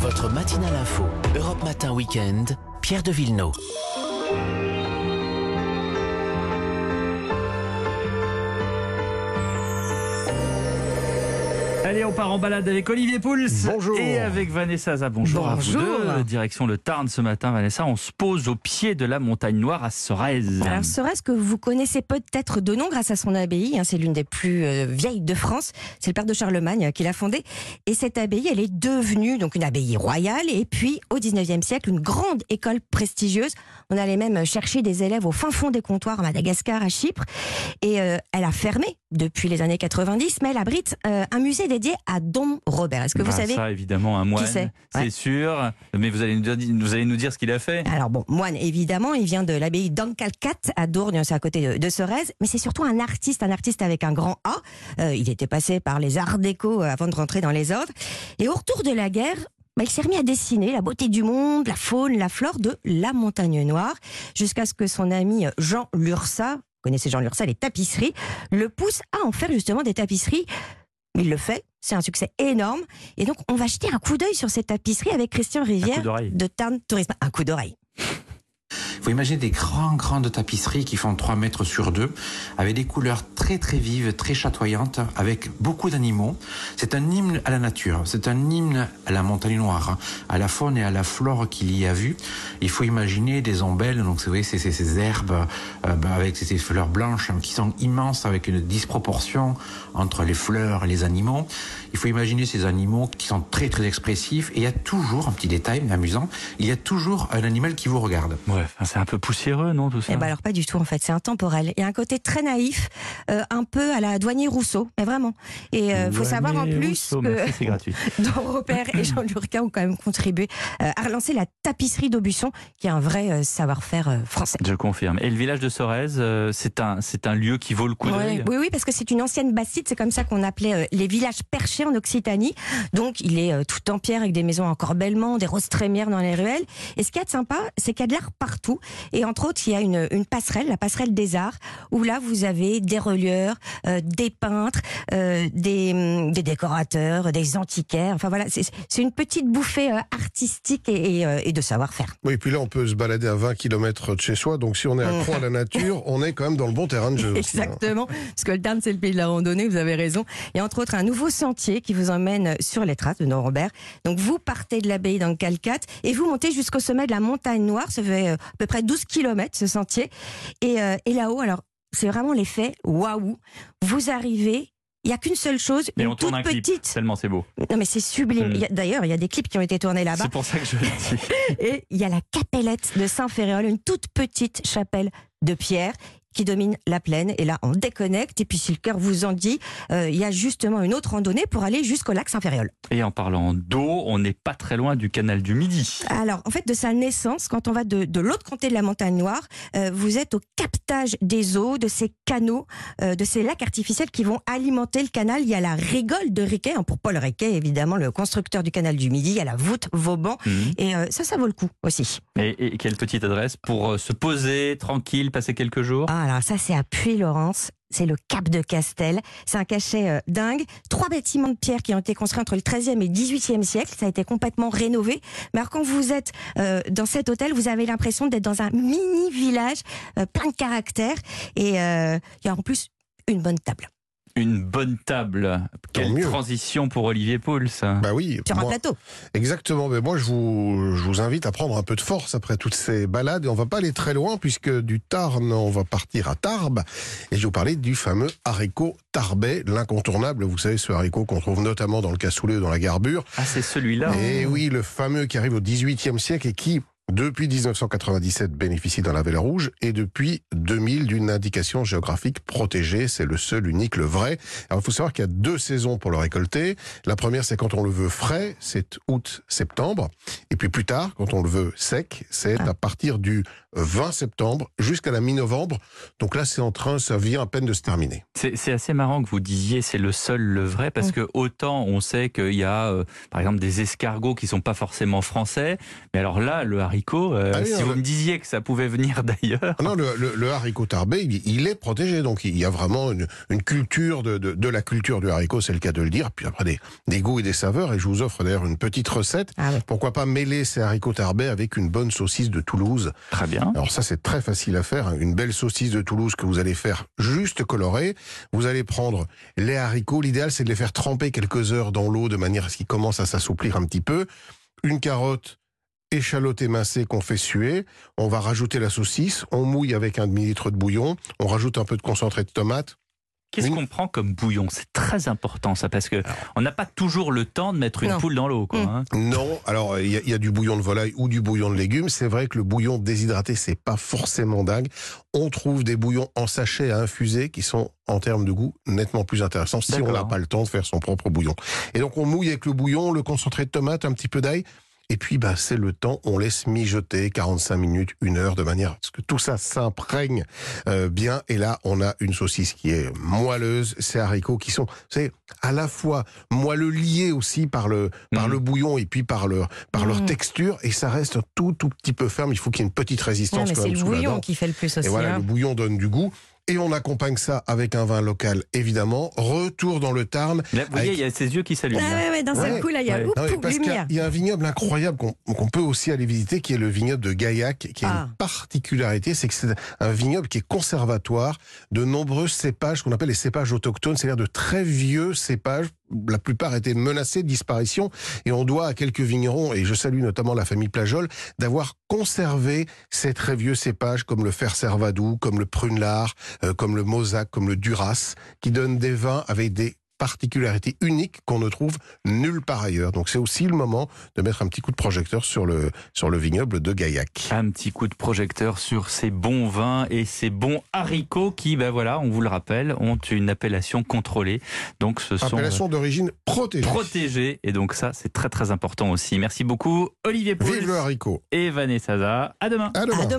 Votre matinale info, Europe Matin Week-end, Pierre de Villeneuve. Allez, on part en balade avec Olivier Pouls. Bonjour. Et avec Vanessa Za. Bonjour à vous deux. Direction le Tarn ce matin, Vanessa. On se pose au pied de la montagne noire à Sorèze. Alors Sorèze que vous connaissez peut-être de nom grâce à son abbaye. C'est l'une des plus vieilles de France. C'est le père de Charlemagne qui l'a fondée. Et cette abbaye, elle est devenue donc une abbaye royale. Et puis, au 19e siècle, une grande école prestigieuse. On allait même chercher des élèves au fin fond des comptoirs à Madagascar, à Chypre. Et elle a fermé depuis les années 90, mais elle abrite un musée dédié à Dom Robert. Est-ce que vous savez ça, évidemment, un moine, c'est sûr. Mais vous allez nous dire ce qu'il a fait. Alors bon, moine, évidemment, il vient de l'abbaye d'Ancalcat à Dourgne, c'est à côté de Sorèze. Mais c'est surtout un artiste avec un grand A. Il était passé par les arts déco avant de rentrer dans les ordres. Et au retour de la guerre, il s'est remis à dessiner la beauté du monde, la faune, la flore de la Montagne Noire, jusqu'à ce que son ami Jean Lurçat, vous connaissez Jean Lurçat, les tapisseries, le pousse à en faire justement des tapisseries. Il le fait, c'est un succès énorme. Et donc, on va jeter un coup d'œil sur cette tapisserie avec Christian Rivière de Tarn Tourisme. Un coup d'oreille. Il faut imaginer des grandes tapisseries qui font 3 mètres sur 2, avec des couleurs très vives, très chatoyantes, avec beaucoup d'animaux. C'est un hymne à la nature, c'est un hymne à la montagne noire, à la faune et à la flore qu'il y a vu. Il faut imaginer des ombelles, donc vous voyez, ces herbes avec ces fleurs blanches qui sont immenses, avec une disproportion entre les fleurs et les animaux. Il faut imaginer ces animaux qui sont très expressifs, et il y a toujours, un petit détail mais amusant, il y a toujours un animal qui vous regarde. Ouais, c'est un peu poussiéreux, non, tout ça? Alors pas du tout, en fait, c'est intemporel. Il y a un côté très naïf, un peu à la Douanier Rousseau, mais vraiment. Et faut savoir en plus Rousseau, que c'est gratuit. Dom Robert et Jean Lurçat ont quand même contribué à relancer la tapisserie d'Aubusson, qui est un vrai savoir-faire français. Je confirme. Et le village de Sorèze, c'est un lieu qui vaut le coup d'œil. Oui, parce que c'est une ancienne bastide, c'est comme ça qu'on appelait les villages perchés en Occitanie. Donc il est tout en pierre avec des maisons en corbellement, des roses trémières dans les ruelles. Et ce qu'il y a de sympa, c'est qu'il y a de l'art partout. Et entre autres, il y a une passerelle, la passerelle des arts, où là vous avez des relieurs, des peintres, des décorateurs, des antiquaires. Enfin voilà, c'est une petite bouffée artistique et de savoir-faire. Oui, et puis là on peut se balader à 20 km de chez soi, donc si on est accro à la nature, on est quand même dans le bon terrain de jeu. Exactement, parce que le Tarn c'est le pays de la randonnée, vous avez raison. Il y a entre autres un nouveau sentier qui vous emmène sur les traces de Dom Robert. Donc vous partez de l'abbaye d'Ancalcat et vous montez jusqu'au sommet de la Montagne Noire, ça fait à peu près 12 km ce sentier. Et là-haut, alors c'est vraiment l'effet waouh. Vous arrivez, il n'y a qu'une seule chose, mais une toute petite. Clip, tellement c'est beau. Non mais c'est sublime. D'ailleurs, il y a des clips qui ont été tournés là-bas. C'est pour ça que je le dis. Et il y a la Capellette de Saint-Ferréol, une toute petite chapelle de pierre qui domine la plaine. Et là, on déconnecte. Et puis, si le cœur vous en dit, il y a justement une autre randonnée pour aller jusqu'au lac Saint-Ferréol. Et en parlant d'eau, on n'est pas très loin du canal du Midi. Alors, en fait, de sa naissance, quand on va de l'autre côté de la Montagne Noire, vous êtes au captage des eaux, de ces canaux, de ces lacs artificiels qui vont alimenter le canal. Il y a la rigole de Riquet, pour Paul Riquet, évidemment, le constructeur du canal du Midi. Il y a la voûte Vauban. Et ça vaut le coup aussi. Et quelle petite adresse pour se poser tranquille, passer quelques jours? Alors ça, c'est à Puy-Laurence. C'est le Cap de Castel. C'est un cachet dingue. 3 bâtiments de pierre qui ont été construits entre le 13e et 18e siècle. Ça a été complètement rénové. Mais alors, quand vous êtes dans cet hôtel, vous avez l'impression d'être dans un mini-village plein de caractère. Et il y a en plus une bonne table. Une bonne table. Quelle transition pour Olivier Pouls. Bah oui. Sur un plateau. Exactement. Mais moi, je vous invite à prendre un peu de force après toutes ces balades. Et on va pas aller très loin, puisque du Tarn, on va partir à Tarbes. Et je vais vous parler du fameux haricot tarbais, l'incontournable. Vous savez, ce haricot qu'on trouve notamment dans le cassoulet ou dans la garbure. Ah, c'est celui-là. Et oui, le fameux qui arrive au XVIIIe siècle et qui, depuis 1997, bénéficie d'un label rouge et depuis 2000 d'une indication géographique protégée. C'est le seul, unique, le vrai. Alors, il faut savoir qu'il y a 2 saisons pour le récolter. La première, c'est quand on le veut frais, c'est août-septembre. Et puis plus tard, quand on le veut sec, c'est à partir du 20 septembre jusqu'à la mi-novembre. Donc là, ça vient à peine de se terminer. C'est assez marrant que vous disiez c'est le seul, le vrai, parce que autant on sait qu'il y a, par exemple, des escargots qui sont pas forcément français, mais alors là, le haricot haricot. Si vous me disiez que ça pouvait venir d'ailleurs. Non, le haricot tarbé, il est protégé. Donc il y a vraiment une culture de la culture du haricot, c'est le cas de le dire. Puis après des goûts et des saveurs. Et je vous offre d'ailleurs une petite recette. Ah ouais. Pourquoi pas mêler ces haricots tarbés avec une bonne saucisse de Toulouse. Très bien. Alors ça, c'est très facile à faire. Une belle saucisse de Toulouse que vous allez faire juste colorée. Vous allez prendre les haricots. L'idéal, c'est de les faire tremper quelques heures dans l'eau de manière à ce qu'ils commencent à s'assouplir un petit peu. Une carotte, échalote émincée qu'on fait suer. On va rajouter la saucisse. On mouille avec un demi-litre de bouillon. On rajoute un peu de concentré de tomate. Qu'est-ce qu'on prend comme bouillon? C'est très important ça, parce que on n'a pas toujours le temps de mettre une poule dans l'eau. Non, alors il y a du bouillon de volaille ou du bouillon de légumes. C'est vrai que le bouillon déshydraté, c'est pas forcément dingue. On trouve des bouillons en sachet à infuser qui sont, en termes de goût, nettement plus intéressants si on n'a pas le temps de faire son propre bouillon. Et donc on mouille avec le bouillon, le concentré de tomate, un petit peu d'ail. Et puis, c'est le temps, on laisse mijoter 45 minutes, 1 heure, de manière à ce que tout ça s'imprègne bien. Et là, on a une saucisse qui est moelleuse, ces haricots qui sont, c'est à la fois moelleux, liés aussi par le bouillon et puis par leur texture. Et ça reste un tout petit peu ferme. Il faut qu'il y ait une petite résistance. Mais c'est le bouillon qui fait le plus aussi. Et voilà, le bouillon donne du goût. Et on accompagne ça avec un vin local, évidemment. Retour dans le Tarn. Là, vous voyez, il y a ses yeux qui s'allument. D'un seul coup, là, il y a parce lumière. qu'il y a un vignoble incroyable qu'on peut aussi aller visiter, qui est le vignoble de Gaillac, qui a une particularité, c'est que c'est un vignoble qui est conservatoire de nombreux cépages, qu'on appelle les cépages autochtones, c'est-à-dire de très vieux cépages. La plupart étaient menacés de disparition, et on doit à quelques vignerons, et je salue notamment la famille Plajol, d'avoir conservé ces très vieux cépages comme le Fer-Servadou, comme le Prunelard, comme le Mozac, comme le Duras, qui donnent des vins avec des particularités uniques qu'on ne trouve nulle part ailleurs. Donc c'est aussi le moment de mettre un petit coup de projecteur sur le vignoble de Gaillac. Un petit coup de projecteur sur ces bons vins et ces bons haricots qui, on vous le rappelle, ont une appellation contrôlée. Donc ce sont appellation d'origine protégée. Protégée. Et donc ça, c'est très très important aussi. Merci beaucoup Olivier Pouls. Vive le haricot. Et Vanessa Zaza. À demain. À demain.